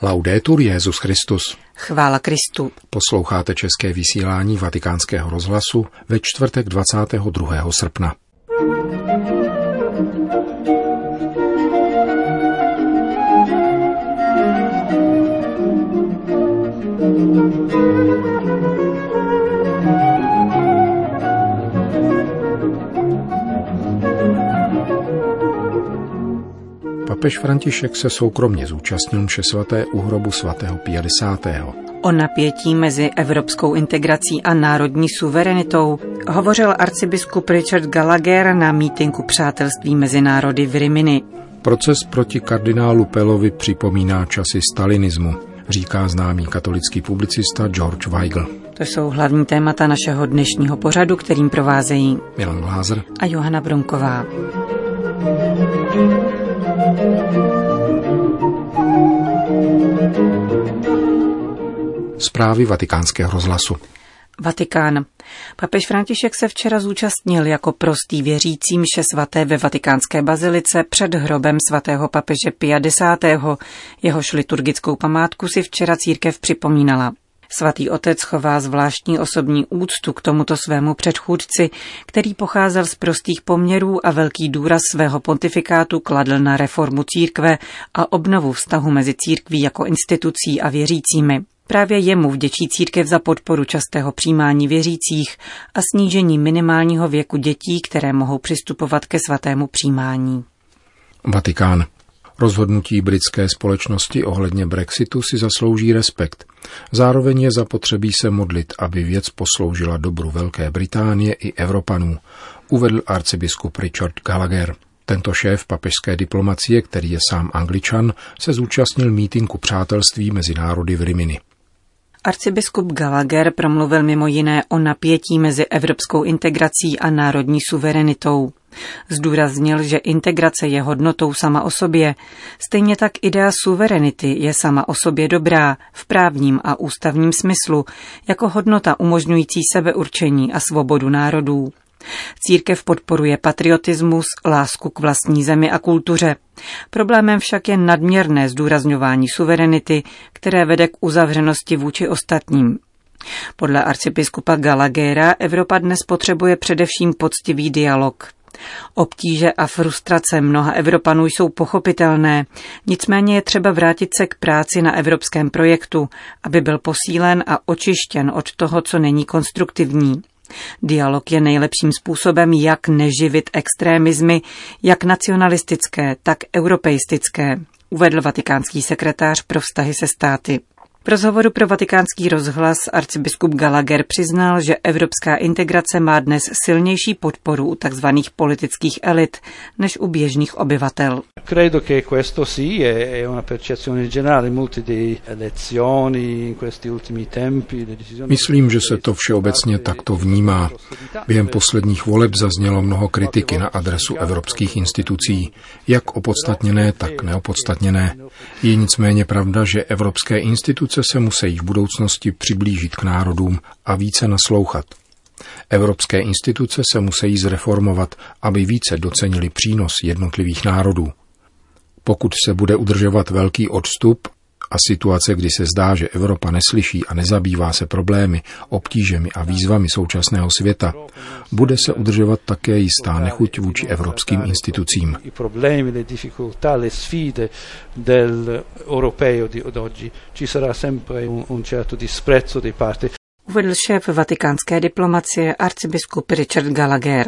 Laudetur Jesus Christus. Chvála Kristu. Posloucháte české vysílání Vatikánského rozhlasu ve čtvrtek 22. srpna. Papež František se soukromně zúčastnil mše svaté u hrobu svatého Pia X. O napětí mezi evropskou integrací a národní suverenitou hovořil arcibiskup Richard Gallagher na mítinku přátelství mezi národy v Rimini. Proces proti kardinálu Pellovi připomíná časy stalinismu, říká známý katolický publicista George Weigl. To jsou hlavní témata našeho dnešního pořadu, kterým provázejí Milan Glázer a Johana Bronková. Zprávy Vatikánského rozhlasu. Vatikán. Papež František se včera zúčastnil jako prostý věřící mše svaté ve vatikánské bazilice před hrobem svatého papeže Pia X. Jehož liturgickou památku si včera církev připomínala. Svatý otec chová zvláštní osobní úctu k tomuto svému předchůdci, který pocházel z prostých poměrů a velký důraz svého pontifikátu kladl na reformu církve a obnovu vztahu mezi církví jako institucí a věřícími. Právě jemu vděčí církev za podporu častého přijímání věřících a snížení minimálního věku dětí, které mohou přistupovat ke svatému přijímání. Vatikán. Rozhodnutí britské společnosti ohledně Brexitu si zaslouží respekt. Zároveň je zapotřebí se modlit, aby věc posloužila dobru Velké Británie i Evropanů, uvedl arcibiskup Richard Gallagher. Tento šéf papežské diplomacie, který je sám Angličan, se zúčastnil mítinku přátelství mezi národy v Rimini. Arcibiskup Gallagher promluvil mimo jiné o napětí mezi evropskou integrací a národní suverenitou. Zdůraznil, že integrace je hodnotou sama o sobě, stejně tak idea suverenity je sama o sobě dobrá v právním a ústavním smyslu, jako hodnota umožňující sebeurčení a svobodu národů. Církev podporuje patriotismus, lásku k vlastní zemi a kultuře. Problémem však je nadměrné zdůrazňování suverenity, které vede k uzavřenosti vůči ostatním. Podle arcibiskupa Gallaghera Evropa dnes potřebuje především poctivý dialog. Obtíže a frustrace mnoha Evropanů jsou pochopitelné, nicméně je třeba vrátit se k práci na evropském projektu, aby byl posílen a očištěn od toho, co není konstruktivní. Dialog je nejlepším způsobem, jak neživit extrémismy, jak nacionalistické, tak europeistické, uvedl vatikánský sekretář pro vztahy se státy. V rozhovoru pro Vatikánský rozhlas arcibiskup Gallagher přiznal, že evropská integrace má dnes silnější podporu u tzv. Politických elit než u běžných obyvatel. Credo che questo sì è una percezione generale molte delle elezioni in questi ultimi tempi. Myslím, že se to všeobecně takto vnímá. Během posledních voleb zaznělo mnoho kritiky na adresu evropských institucí, jak opodstatněné, tak neopodstatněné. Je nicméně pravda, že evropské instituce se musí v budoucnosti přiblížit k národům a více naslouchat. Evropské instituce se musí zreformovat, aby více docenili přínos jednotlivých národů. Pokud se bude udržovat velký odstup a situace, kdy se zdá, že Evropa neslyší a nezabývá se problémy, obtížemi a výzvami současného světa, bude se udržovat také jistá nechuť vůči evropským institucím. Uvedl šéf vatikánské diplomacie arcibiskup Richard Gallagher.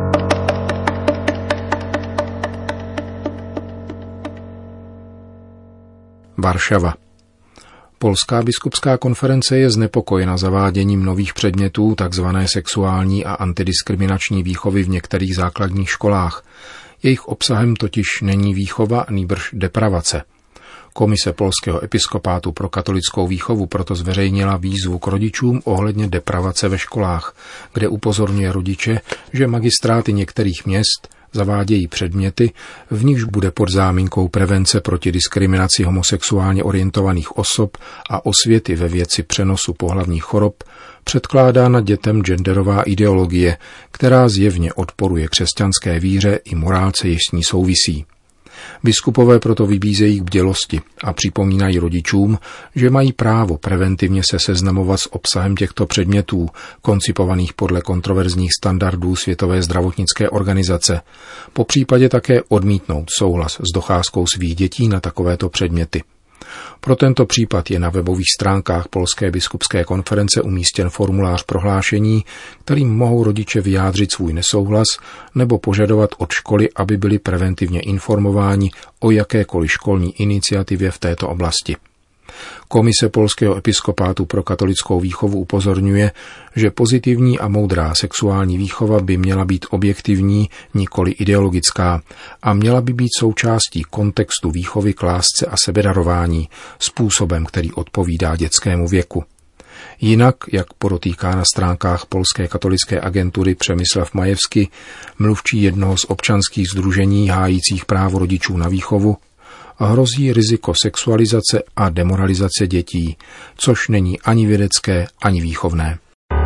Varšava. Polská biskupská konference je znepokojena zaváděním nových předmětů tzv. Sexuální a antidiskriminační výchovy v některých základních školách. Jejich obsahem totiž není výchova, nýbrž depravace. Komise Polského episkopátu pro katolickou výchovu proto zveřejnila výzvu k rodičům ohledně depravace ve školách, kde upozorňuje rodiče, že magistráty některých měst zavádějí předměty, v nichž bude pod záminkou prevence proti diskriminaci homosexuálně orientovaných osob a osvěty ve věci přenosu pohlavních chorob předkládána dětem genderová ideologie, která zjevně odporuje křesťanské víře i morálce, jež s ní souvisí. Biskupové proto vybízejí k bdělosti a připomínají rodičům, že mají právo preventivně se seznamovat s obsahem těchto předmětů, koncipovaných podle kontroverzních standardů Světové zdravotnické organizace, popřípadě také odmítnout souhlas s docházkou svých dětí na takovéto předměty. Pro tento případ je na webových stránkách Polské biskupské konference umístěn formulář prohlášení, kterým mohou rodiče vyjádřit svůj nesouhlas nebo požadovat od školy, aby byli preventivně informováni o jakékoliv školní iniciativě v této oblasti. Komise Polského episkopátu pro katolickou výchovu upozorňuje, že pozitivní a moudrá sexuální výchova by měla být objektivní, nikoli ideologická, a měla by být součástí kontextu výchovy k lásce a sebedarování, způsobem, který odpovídá dětskému věku. Jinak, jak podotýká na stránkách Polské katolické agentury Přemysław Majewski, mluvčí jednoho z občanských sdružení hájících právo rodičů na výchovu, hrozí riziko sexualizace a demoralizace dětí, což není ani vědecké, ani výchovné.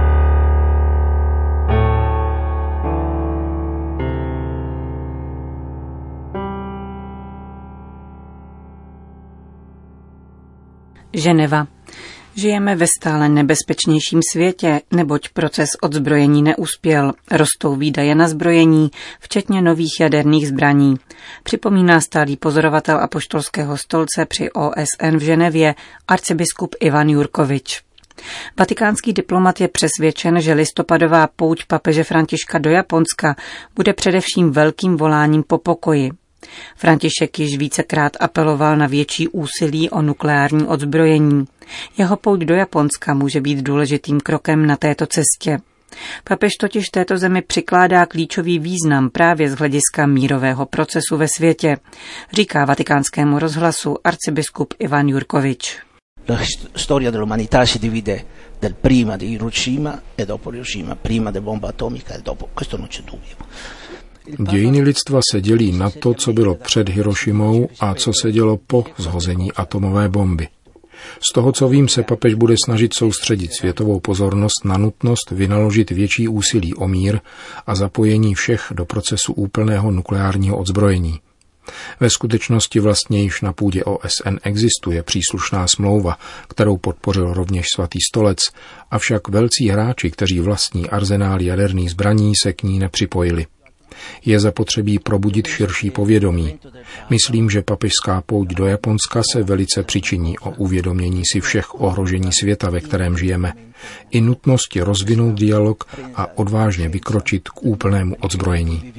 Ženeva. Žijeme ve stále nebezpečnějším světě, neboť proces odzbrojení neuspěl. Rostou výdaje na zbrojení, včetně nových jaderných zbraní. Připomíná stálý pozorovatel apoštolského stolce při OSN v Ženevě, arcibiskup Ivan Jurkovič. Vatikánský diplomat je přesvědčen, že listopadová pouť papeže Františka do Japonska bude především velkým voláním po pokoji. František již vícekrát apeloval na větší úsilí o nukleární odzbrojení. Jeho pouť do Japonska může být důležitým krokem na této cestě. Papež totiž této zemi přikládá klíčový význam právě z hlediska mírového procesu ve světě, říká Vatikánskému rozhlasu arcibiskup Ivan Jurkovič. La storia dell'umanità si divide del prima di Hiroshima e dopo Hiroshima, prima della bomba atomica e dopo, questo non c'è dubbio. Dějiny lidstva se dělí na to, co bylo před Hirošimou a co se dělo po zhození atomové bomby. Z toho, co vím, se papež bude snažit soustředit světovou pozornost na nutnost vynaložit větší úsilí o mír a zapojení všech do procesu úplného nukleárního odzbrojení. Ve skutečnosti vlastně již na půdě OSN existuje příslušná smlouva, kterou podpořil rovněž Svatý stolec, avšak velcí hráči, kteří vlastní arzenál jaderných zbraní, se k ní nepřipojili. Je zapotřebí probudit širší povědomí. Myslím, že papežská pouť do Japonska se velice přičiní o uvědomění si všech ohrožení světa, ve kterém žijeme, i nutnosti rozvinout dialog a odvážně vykročit k úplnému odzbrojení.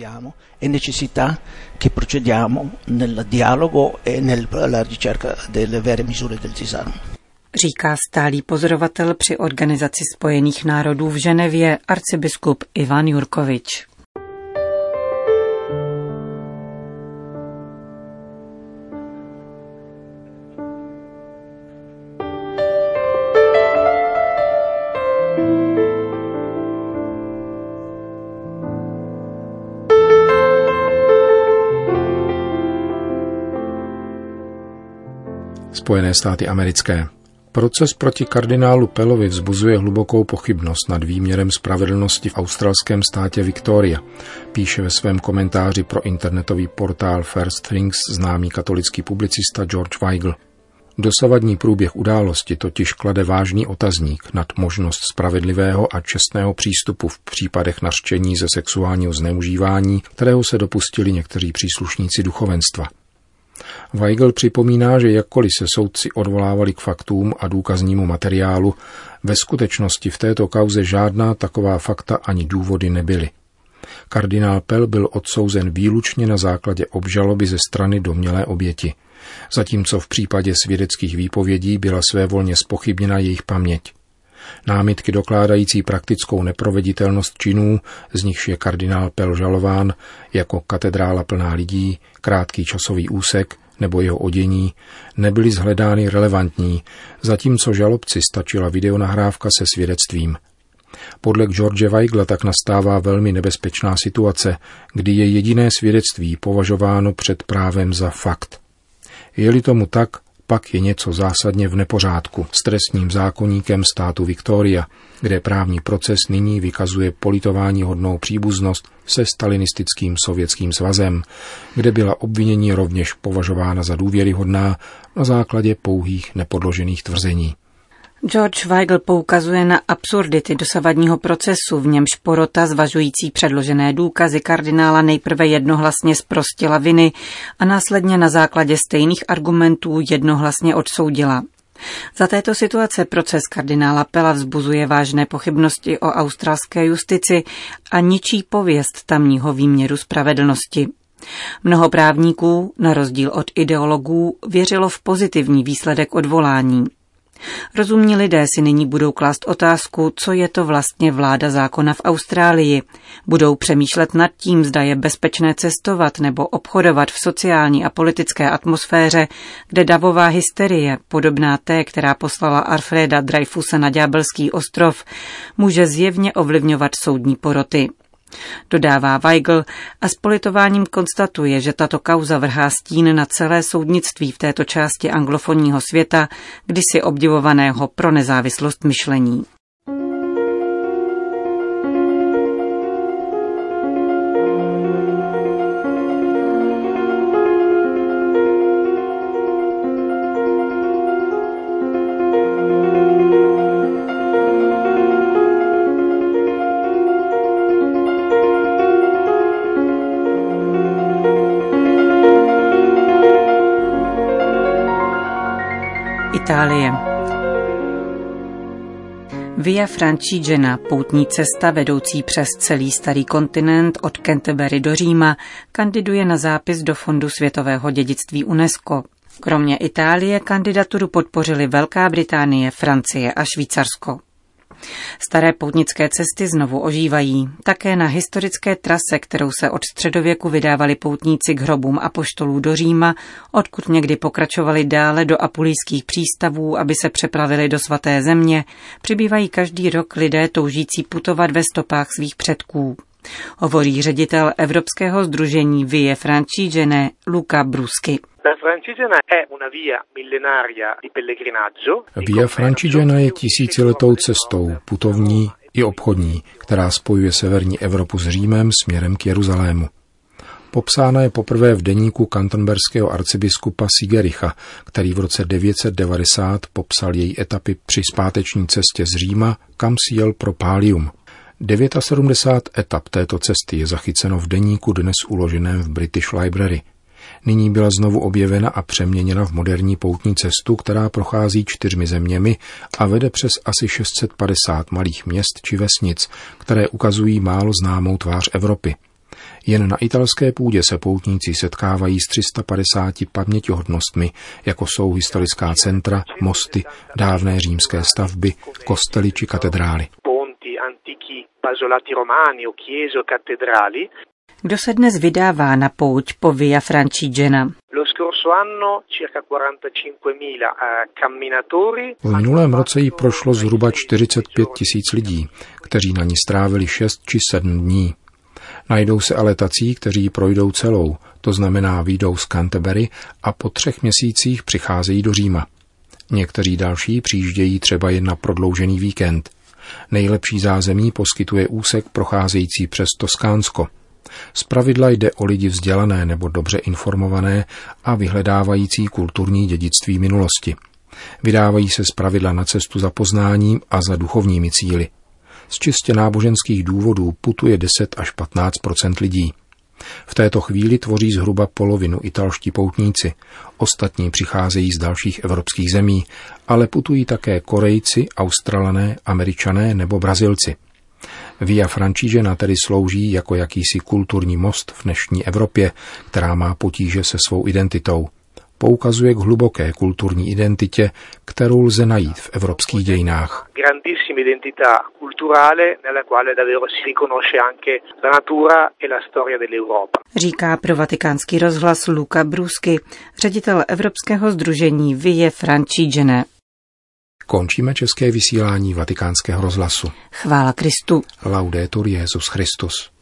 Říká stálý pozorovatel při Organizaci spojených národů v Ženevě arcibiskup Ivan Jurkovič. Spojené státy americké. Proces proti kardinálu Pellovi vzbuzuje hlubokou pochybnost nad výměrem spravedlnosti v australském státě Victoria, píše ve svém komentáři pro internetový portál First Things známý katolický publicista George Weigl. Dosavadní průběh události totiž klade vážný otazník nad možnost spravedlivého a čestného přístupu v případech nařčení ze sexuálního zneužívání, kterého se dopustili někteří příslušníci duchovenstva. Weigl připomíná, že jakkoliv se soudci odvolávali k faktům a důkaznímu materiálu, ve skutečnosti v této kauze žádná taková fakta ani důvody nebyly. Kardinál Pell byl odsouzen výlučně na základě obžaloby ze strany domnělé oběti, zatímco v případě svědeckých výpovědí byla svévolně zpochybněna jejich paměť. Námitky dokládající praktickou neproveditelnost činů, z nichž je kardinál Pell žalován, jako katedrála plná lidí, krátký časový úsek nebo jeho odění, nebyly shledány relevantní, zatímco žalobci stačila videonahrávka se svědectvím. Podle George Weigla tak nastává velmi nebezpečná situace, kdy je jediné svědectví považováno před právem za fakt. Je-li tomu tak, pak je něco zásadně v nepořádku s trestním zákoníkem státu Victoria, kde právní proces nyní vykazuje politováníhodnou příbuznost se stalinistickým Sovětským svazem, kde byla obvinění rovněž považována za důvěryhodná na základě pouhých nepodložených tvrzení. George Weigl poukazuje na absurdity dosavadního procesu, v němž porota zvažující předložené důkazy kardinála nejprve jednohlasně zprostila viny a následně na základě stejných argumentů jednohlasně odsoudila. Za této situace proces kardinála Pella vzbuzuje vážné pochybnosti o australské justici a ničí pověst tamního výměru spravedlnosti. Mnoho právníků, na rozdíl od ideologů, věřilo v pozitivní výsledek odvolání. Rozumní lidé si nyní budou klást otázku, co je to vlastně vláda zákona v Austrálii. Budou přemýšlet nad tím, zda je bezpečné cestovat nebo obchodovat v sociální a politické atmosféře, kde davová hysterie, podobná té, která poslala Alfreda Dreyfusa na Ďábelský ostrov, může zjevně ovlivňovat soudní poroty. Dodává Weigl a s politováním konstatuje, že tato kauza vrhá stín na celé soudnictví v této části anglofonního světa, kdysi obdivovaného pro nezávislost myšlení. Itálie. Via Francigena, poutní cesta vedoucí přes celý starý kontinent od Canterbury do Říma, kandiduje na zápis do Fondu světového dědictví UNESCO. Kromě Itálie kandidaturu podpořily Velká Británie, Francie a Švýcarsko. Staré poutnické cesty znovu ožívají. Také na historické trase, kterou se od středověku vydávali poutníci k hrobům apoštolů do Říma, odkud někdy pokračovali dále do apulijských přístavů, aby se přeplavili do svaté země, přibývají každý rok lidé toužící putovat ve stopách svých předků. Hovoří ředitel Evropského sdružení Vie Francigene Luca Bruschi. Via Francigena je tisíciletou cestou, putovní i obchodní, která spojuje severní Evropu s Římem směrem k Jeruzalému. Popsána je poprvé v deníku canterburského arcibiskupa Sigericha, který v roce 990 popsal její etapy při zpáteční cestě z Říma, kam si jel pro Pallium. 79 etap této cesty je zachyceno v deníku dnes uloženém v British Library. Nyní byla znovu objevena a přeměněna v moderní poutní cestu, která prochází 4 zeměmi a vede přes asi 650 malých měst či vesnic, které ukazují málo známou tvář Evropy. Jen na italské půdě se poutníci setkávají s 350 pamětihodnostmi, jako jsou historická centra, mosty, dávné římské stavby, kostely či katedrály. Kdo se dnes vydává na pouť po Via Francigena? V minulém roce jí prošlo zhruba 45 000 lidí, kteří na ní strávili 6 či 7 dní. Najdou se ale tací, kteří ji projdou celou, to znamená vyjdou z Canterbury a po 3 měsících přicházejí do Říma. Někteří další přijíždějí třeba jen na prodloužený víkend. Nejlepší zázemí poskytuje úsek procházející přes Toskánsko. Zpravidla jde o lidi vzdělané nebo dobře informované a vyhledávající kulturní dědictví minulosti. Vydávají se zpravidla na cestu za poznáním a za duchovními cíli. Z čistě náboženských důvodů putuje 10 až 15% lidí. V této chvíli tvoří zhruba polovinu italští poutníci. Ostatní přicházejí z dalších evropských zemí, ale putují také Korejci, Australané, Američané nebo Brazilci. Via Francigena tedy slouží jako jakýsi kulturní most v dnešní Evropě, která má potíže se svou identitou. Poukazuje k hluboké kulturní identitě, kterou lze najít v evropských dějinách. Říká pro Vatikánský rozhlas Luca Bruschi, ředitel Evropského sdružení Vie Francigene. Končíme české vysílání Vatikánského rozhlasu. Chvála Kristu. Laudetur Jesus Christus.